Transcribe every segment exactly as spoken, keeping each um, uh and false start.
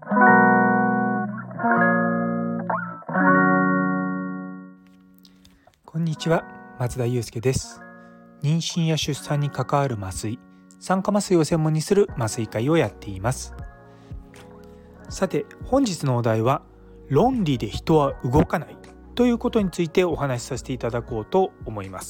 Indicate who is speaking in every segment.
Speaker 1: こんにちは、松田祐介です。妊娠や出産に関わる麻酔、酸化麻酔を専門にする麻酔会をやっています。さて、本日のお題は論理で人は動かないということについてお話しさせていただこうと思います。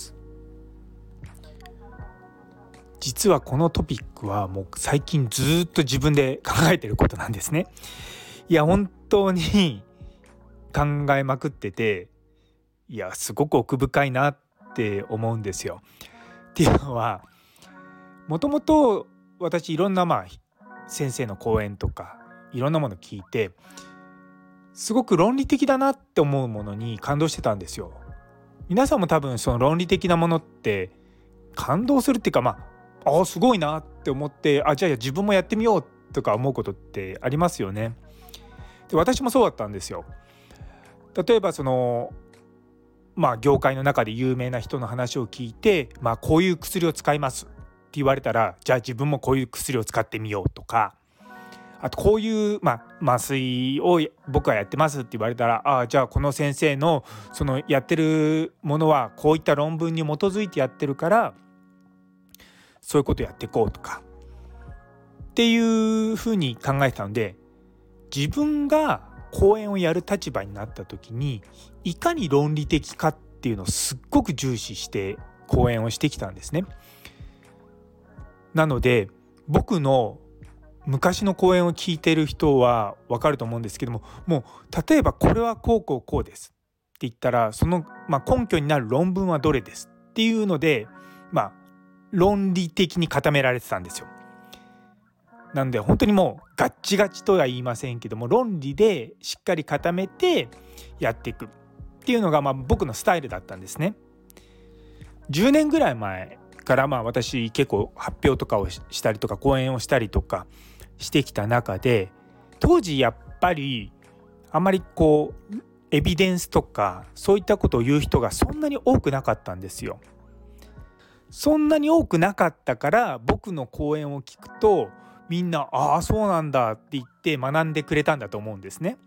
Speaker 1: 実はこのトピックはもう最近ずっと自分で考えていることなんですね。いや本当に考えまくってて、いやすごく奥深いなって思うんですよ。っていうのは、もともと私いろんなまあ先生の講演とかいろんなもの聞いて、すごく論理的だなって思うものに感動してたんですよ。皆さんも多分その論理的なものって感動するっていうか、まああすごいなって思って、あじゃあ自分もやってみようとか思うことってありますよね。で私もそうだったんですよ。例えばそのまあ業界の中で有名な人の話を聞いて、まあこういう薬を使いますって言われたら、じゃあ自分もこういう薬を使ってみようとか、あとこういうまあ麻酔を僕はやってますって言われたら、あじゃあこの先生のそのやってるものはこういった論文に基づいてやってるからそういうことやっていこうとかっていうふうに考えてたので、自分が講演をやる立場になった時にいかに論理的かっていうのをすっごく重視して講演をしてきたんですね。なので僕の昔の講演を聞いている人は分かると思うんですけども、もう例えばこれはこうこうこうですって言ったら、そのまあ根拠になる論文はどれですっていうので、まあ論理的に固められてたんですよ。なので本当にもうガッチガチとは言いませんけども、論理でしっかり固めてやっていくっていうのがまあ僕のスタイルだったんですね。じゅうねんぐらい前からまあ私結構発表とかをしたりとか講演をしたりとかしてきた中で、当時やっぱりあまりこうエビデンスとかそういったことを言う人がそんなに多くなかったんですよ。そんなに多くなかったから、僕の講演を聞くとみんなああそうなんだって言って学んでくれたんだと思うんですね。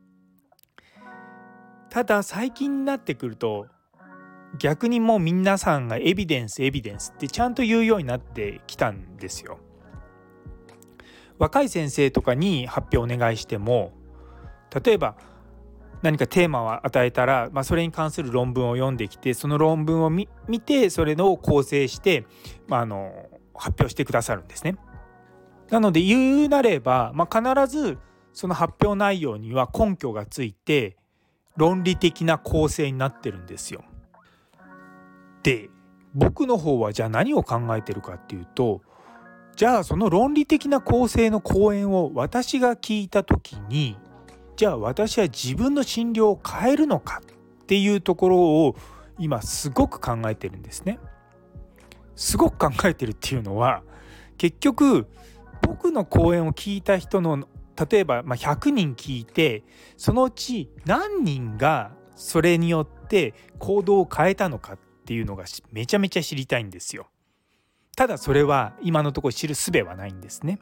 Speaker 1: ただ最近になってくると逆にもう皆さんがエビデンスエビデンスってちゃんと言うようになってきたんですよ。若い先生とかに発表お願いしても、例えば何かテーマを与えたら、まあ、それに関する論文を読んできて、その論文を 見, 見てそれを構成して、まあ、あの発表してくださるんですね。なので言うなれば、まあ、必ずその発表内容には根拠がついて論理的な構成になってるんですよ。で僕の方はじゃあ何を考えてるかっていうと、じゃあその論理的な構成の講演を私が聞いた時に、じゃあ私は自分の診療を変えるのかっていうところを今すごく考えてるんですね。すごく考えてるっていうのは、結局僕の講演を聞いた人の例えばひゃくにん聞いて、そのうち何人がそれによって行動を変えたのかっていうのがめちゃめちゃ知りたいんですよ。ただそれは今のところ知る術はないんですね。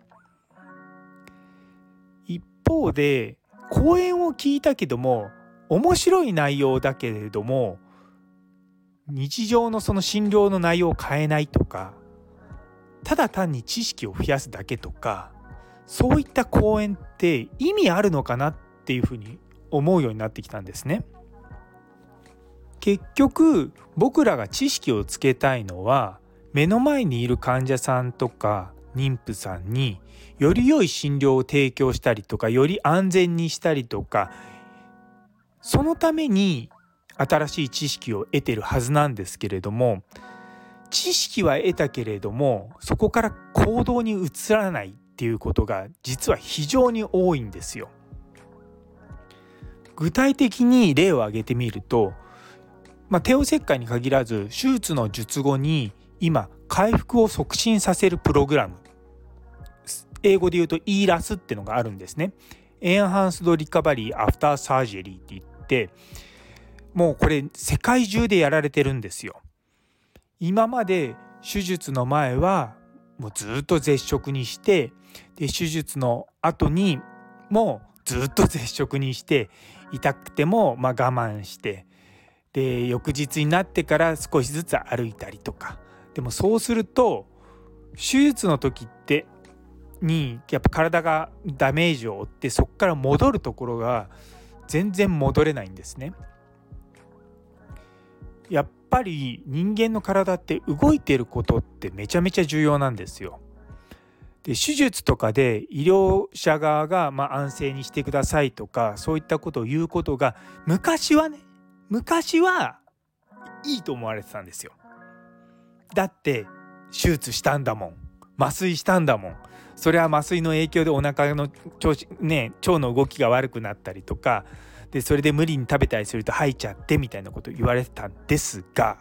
Speaker 1: 一方で講演を聞いたけども面白い内容だけれども日常のその診療の内容を変えないとか、ただ単に知識を増やすだけとか、そういった講演って意味あるのかなっていうふうに思うようになってきたんですね。結局僕らが知識をつけたいのは、目の前にいる患者さんとか妊婦さんにより良い診療を提供したりとか、より安全にしたりとか、そのために新しい知識を得てるはずなんですけれども、知識は得たけれどもそこから行動に移らないっていうことが実は非常に多いんですよ。具体的に例を挙げてみると、まあ、帝王切開に限らず手術の術後に今回復を促進させるプログラム、英語で言うと イーラス っていうのがあるんですね。Enhanced Recovery After Surgery って言って、もうこれ世界中でやられてるんですよ。今まで手術の前はもうずっと絶食にして、で手術の後にもずっと絶食にして、痛くてもまあ我慢して、で翌日になってから少しずつ歩いたりとか。でもそうすると手術の時ってにやっぱ体がダメージを負って、そこから戻るところが全然戻れないんですね。やっぱり人間の体って動いていることってめちゃめちゃ重要なんですよ。で手術とかで医療者側がまあ安静にしてくださいとか、そういったことを言うことが昔はね昔はいいと思われてたんですよ。だって手術したんだもん、麻酔したんだもん。それは麻酔の影響でお腹の調子ね、腸の動きが悪くなったりとかで、それで無理に食べたりすると吐いちゃってみたいなことを言われてたんですが、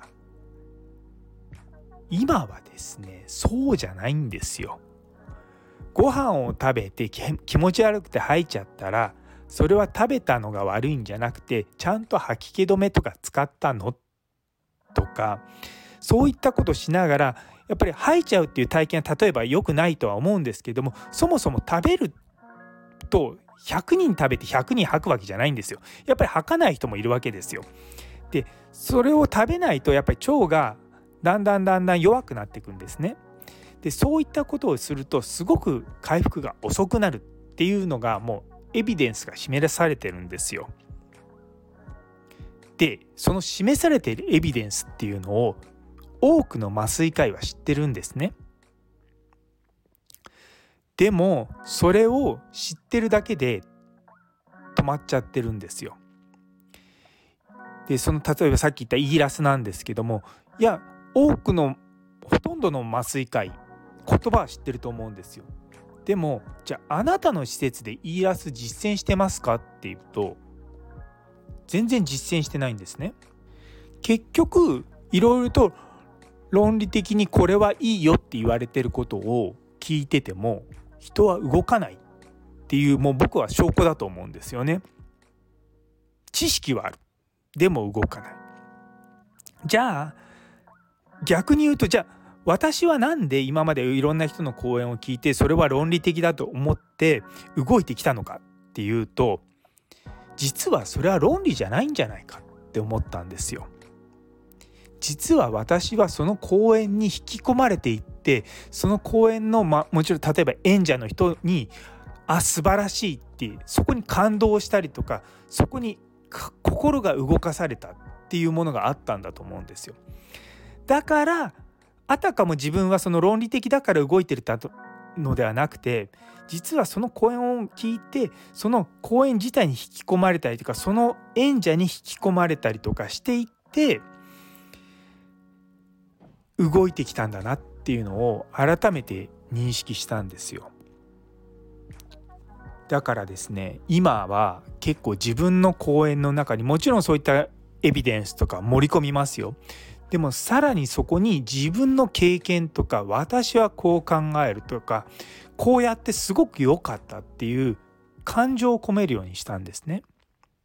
Speaker 1: 今はですねそうじゃないんですよ。ご飯を食べて気持ち悪くて吐いちゃったら、それは食べたのが悪いんじゃなくて、ちゃんと吐き気止めとか使ったのとか、そういったことしながら、やっぱり吐いちゃうっていう体験は例えば良くないとは思うんですけども、そもそも食べるとひゃくにん食べてひゃくにん吐くわけじゃないんですよ。やっぱり吐かない人もいるわけですよ。でそれを食べないとやっぱり腸がだんだんだんだん弱くなっていくんですね。でそういったことをするとすごく回復が遅くなるっていうのがもうエビデンスが示されてるんですよ。でその示されているエビデンスっていうのを多くの麻酔科医は知ってるんですね。でもそれを知ってるだけで止まっちゃってるんですよ。でその例えばさっき言ったイギラスなんですけども、いや多くのほとんどの麻酔科医言葉は知ってると思うんですよ。でもじゃああなたの施設でイギラス実践してますかっていうと、全然実践してないんですね。結局いろいろと論理的にこれはいいよって言われてることを聞いてても人は動かないっていう、もう僕は証拠だと思うんですよね。知識はある、でも動かない。じゃあ逆に言うと、じゃあ私はなんで今までいろんな人の講演を聞いてそれは論理的だと思って動いてきたのかっていうと、実はそれは論理じゃないんじゃないかって思ったんですよ。実は私はその講演に引き込まれていって、その講演の、ま、もちろん例えば演者の人にあ素晴らしいってそこに感動したりとか、そこに心が動かされたっていうものがあったんだと思うんですよ。だからあたかも自分はその論理的だから動いてるのではなくて、実はその講演を聞いてその講演自体に引き込まれたりとか、その演者に引き込まれたりとかしていって動いてきたんだなっていうのを改めて認識したんですよ。だからですね、今は結構自分の講演の中にもちろんそういったエビデンスとか盛り込みますよ。でもさらにそこに自分の経験とか、私はこう考えるとか、こうやってすごく良かったっていう感情を込めるようにしたんですね。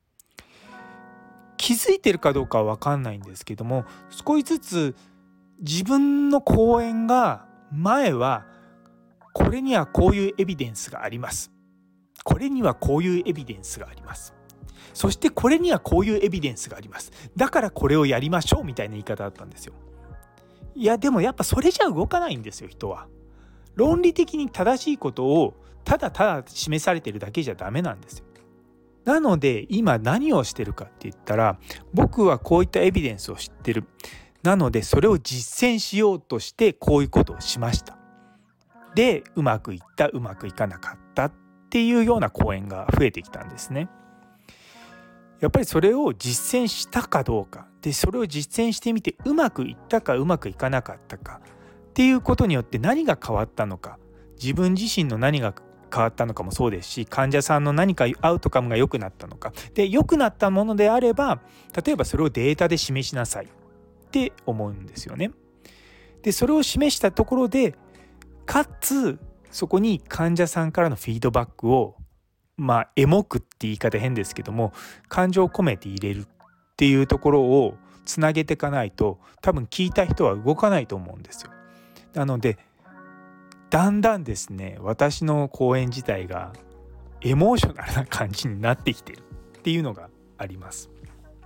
Speaker 1: 気づいてるかどうかは分かんないんですけども、少しずつ自分の講演が前はこれにはこういうエビデンスがあります、これにはこういうエビデンスがあります、そしてこれにはこういうエビデンスがあります、だからこれをやりましょうみたいな言い方だったんですよ。いやでもやっぱそれじゃ動かないんですよ。人は論理的に正しいことをただただ示されているだけじゃダメなんですよ。なので今何をしてるかって言ったら、僕はこういったエビデンスを知ってる、なのでそれを実践しようとしてこういうことをしました。でうまくいった、うまくいかなかったっていうような講演が増えてきたんですね。やっぱりそれを実践したかどうかで、それを実践してみてうまくいったかうまくいかなかったかっていうことによって何が変わったのか、自分自身の何が変わったのかもそうですし、患者さんの何かアウトカムが良くなったのかで、良くなったものであれば例えばそれをデータで示しなさいって思うんですよね。でそれを示したところで、かつそこに患者さんからのフィードバックをまあエモくって言い方変ですけども、感情を込めて入れるっていうところをつなげていかないと、多分聞いた人は動かないと思うんですよ。なのでだんだんですね、私の講演自体がエモーショナルな感じになってきてるっていうのがあります。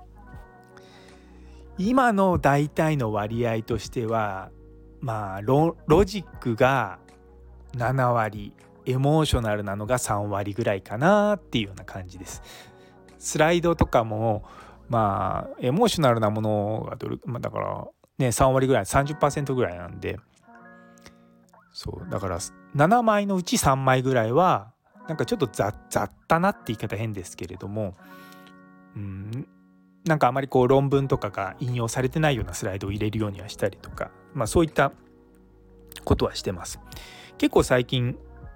Speaker 1: 今の大体の割合としてはまあ ロ, ロジックがななわり、エモーショナルなのがさんわりぐらいかなっていうような感じです。スライドとかもまあエモーショナルなものがどれ、まあ、だからねさんわりぐらい さんじゅっパーセント ぐらいなんで、そうだからななまいのうちさんまいぐらいはなんかちょっと 雑, 雑多なって言い方変ですけれども、うんなんかあまりこう論文とかが引用されてないようなスライドを入れるようにはしたりとか、まあそういったことはしてます。結構最近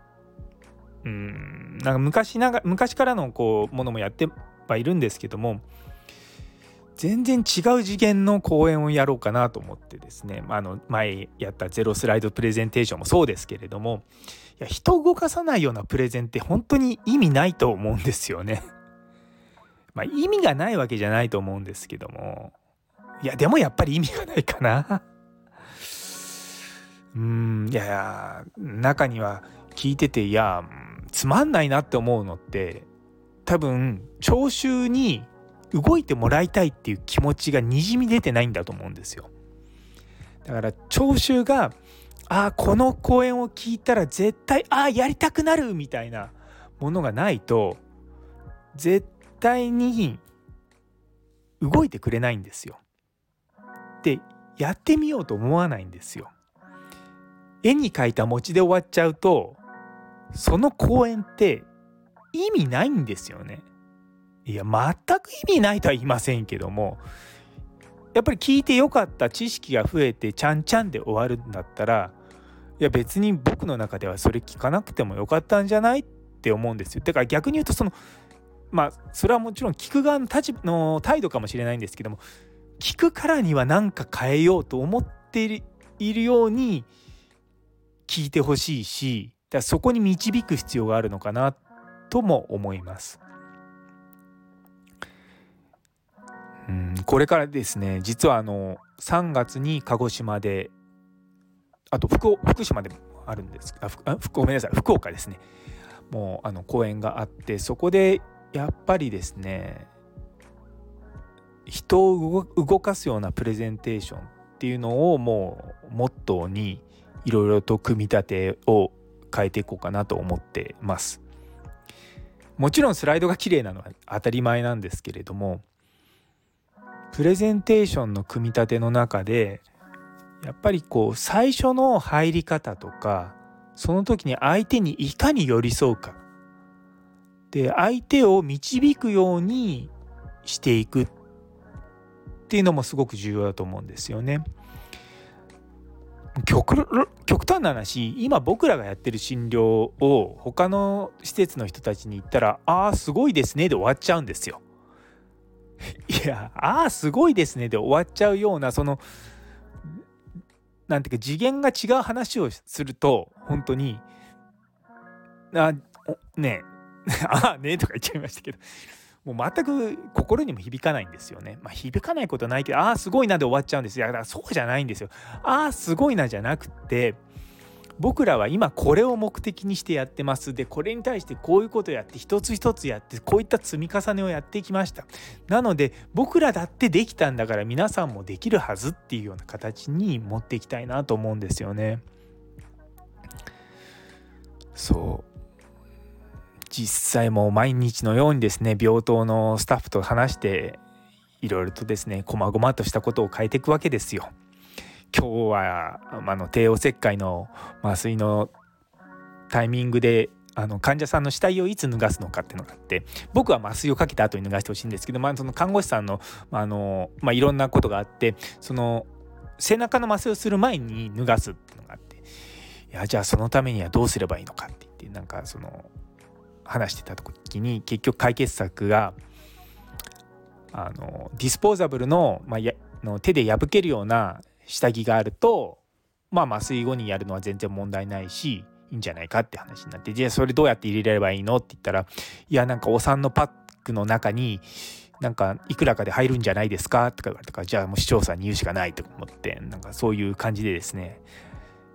Speaker 1: うんなんか 昔, なが昔からのこうものもやってはいるんですけども、全然違う次元の講演をやろうかなと思ってですね、あの前やったゼロスライドプレゼンテーションもそうですけれども、いや人を動かさないようなプレゼンって本当に意味ないと思うんですよね。まあ意味がないわけじゃないと思うんですけども、いやでもやっぱり意味がないかな。うーんいやいや中には聞いてていやつまんないなって思うのって多分聴衆に動いてもらいたいっていう気持ちがにじみ出てないんだと思うんですよ。だから聴衆があこの講演を聞いたら絶対あやりたくなるみたいなものがないと絶対に動いてくれないんですよ。でやってみようと思わないんですよ。絵に描いた餅で終わっちゃうとその講演って意味ないんですよね。いや全く意味ないとは言いませんけども、やっぱり聞いてよかった、知識が増えてちゃんちゃんで終わるんだったら、いや別に僕の中ではそれ聞かなくてもよかったんじゃないって思うんですよ。だから逆に言うとそのまあそれはもちろん聞く側の立場の態度かもしれないんですけども、聞くからには何か変えようと思っているように聞いてほしいし、だからそこに導く必要があるのかなとも思います。うんこれからですね、実はあのさんがつに鹿児島で、あと 福, 福島でもあるんですああごめんなさい福岡ですね、もうあの講演があって、そこでやっぱりですね人を動かすようなプレゼンテーションっていうのをもうモットーにいろいろと組み立てを変えていこうかなと思ってます。もちろんスライドが綺麗なのは当たり前なんですけれども、プレゼンテーションの組み立ての中でやっぱりこう最初の入り方とか、その時に相手にいかに寄り添うかで相手を導くようにしていくっていうのもすごく重要だと思うんですよね。極, 極端な話、今僕らがやってる診療を他の施設の人たちに言ったらあーすごいですねで終わっちゃうんですよ。いやあーすごいですねで終わっちゃうような、そのなんていうか次元が違う話をすると本当にあねえああねとか言っちゃいましたけど、もう全く心にも響かないんですよね。まあ響かないことはないけど、ああすごいなで終わっちゃうんですよ。だからそうじゃないんですよ。ああすごいなじゃなくて、僕らは今これを目的にしてやってます。でこれに対してこういうことをやって一つ一つやってこういった積み重ねをやっていきました。なので僕らだってできたんだから皆さんもできるはずっていうような形に持っていきたいなと思うんですよね。そう実際もう毎日のようにですね病棟のスタッフと話していろいろとですね細々としたことを変えていくわけですよ。今日はあの帝王切開の麻酔のタイミングであの患者さんの死体をいつ脱がすのかっていうのがあって、僕は麻酔をかけた後に脱がしてほしいんですけど、まあ、その看護師さんの、あの、まあ、いろんなことがあって、その背中の麻酔をする前に脱がすっていうのがあって、いやじゃあそのためにはどうすればいいのかって言ってなんかその話してた時に結局解決策があのディスポーザブル の,、まあ、やの手で破けるような下着があると、まあ、麻酔後にやるのは全然問題ないしいいんじゃないかって話になって、じゃあそれどうやって入れればいいのって言ったら、いやなんかお産のパックの中になんかいくらかで入るんじゃないですかとか言われたから、じゃあもう市長さんに言うしかないと思って、なんかそういう感じでですね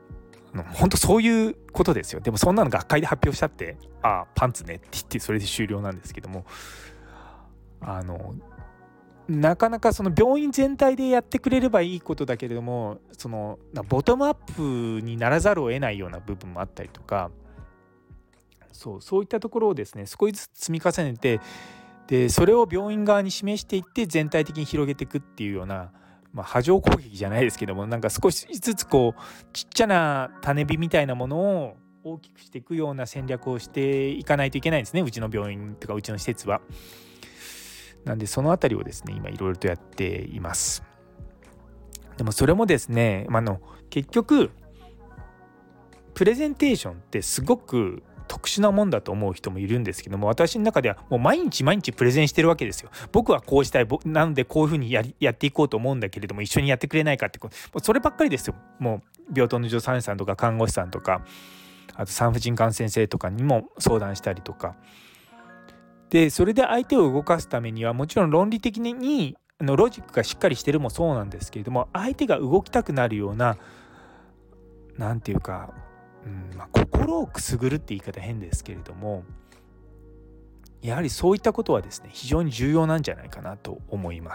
Speaker 1: 本当そういうことですよ。でもそんなの学会で発表したってああパンツねって言ってそれで終了なんですけども、あのなかなかその病院全体でやってくれればいいことだけれども、そのボトムアップにならざるを得ないような部分もあったりとか、そうそういったところをですね少しずつ積み重ねて、でそれを病院側に示していって全体的に広げていくっていうような、まあ、波状攻撃じゃないですけども、なんか少しずつこうちっちゃな種火みたいなものを大きくしていくような戦略をしていかないといけないんですね、うちの病院とかうちの施設は。なんでそのあたりをですね今いろいろとやっています。でもそれもですね、あの結局プレゼンテーションってすごく特殊なもんだと思う人もいるんですけども、私の中ではもう毎日毎日プレゼンしてるわけですよ。僕はこうしたい、なのでこういうふうにやりやっていこうと思うんだけれども、一緒にやってくれないかって、もうそればっかりですよ。もう病棟の助産師さんとか看護師さんとか、あと産婦人科の先生とかにも相談したりとかで、それで相手を動かすためにはもちろん論理的にあのロジックがしっかりしてるもそうなんですけれども、相手が動きたくなるような、なんていうか、うんまあ、心をくすぐるって言い方変ですけれども、やはりそういったことはですね非常に重要なんじゃないかなと思います。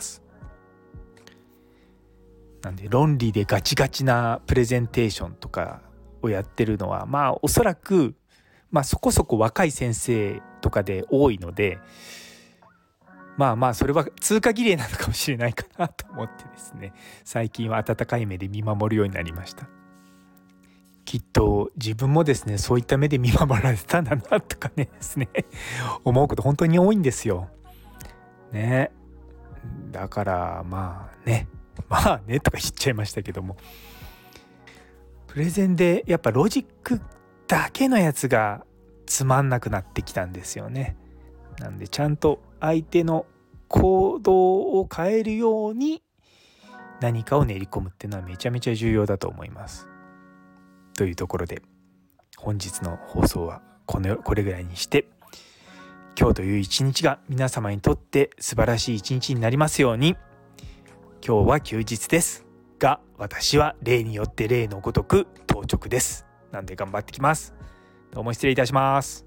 Speaker 1: なんで論理でガチガチなプレゼンテーションとかをやってるのは、まあおそらく、まあ、そこそこ若い先生とかで多いので、まあまあそれは通過儀礼なのかもしれないかなと思ってですね、最近は温かい目で見守るようになりました。きっと自分もですねそういった目で見守られてたんだなとかねですね思うこと本当に多いんですよね。だからまあねまあねとか言っちゃいましたけども、プレゼンでやっぱロジックだけのやつがつまんなくなってきたんですよね。なんでちゃんと相手の行動を変えるように何かを練り込むっていうのはめちゃめちゃ重要だと思います。というところで本日の放送はこのこれぐらいにして、今日という一日が皆様にとって素晴らしい一日になりますように。今日は休日ですが、私は例によって例のごとく当直です。なんで頑張ってきます。どうも失礼いたします。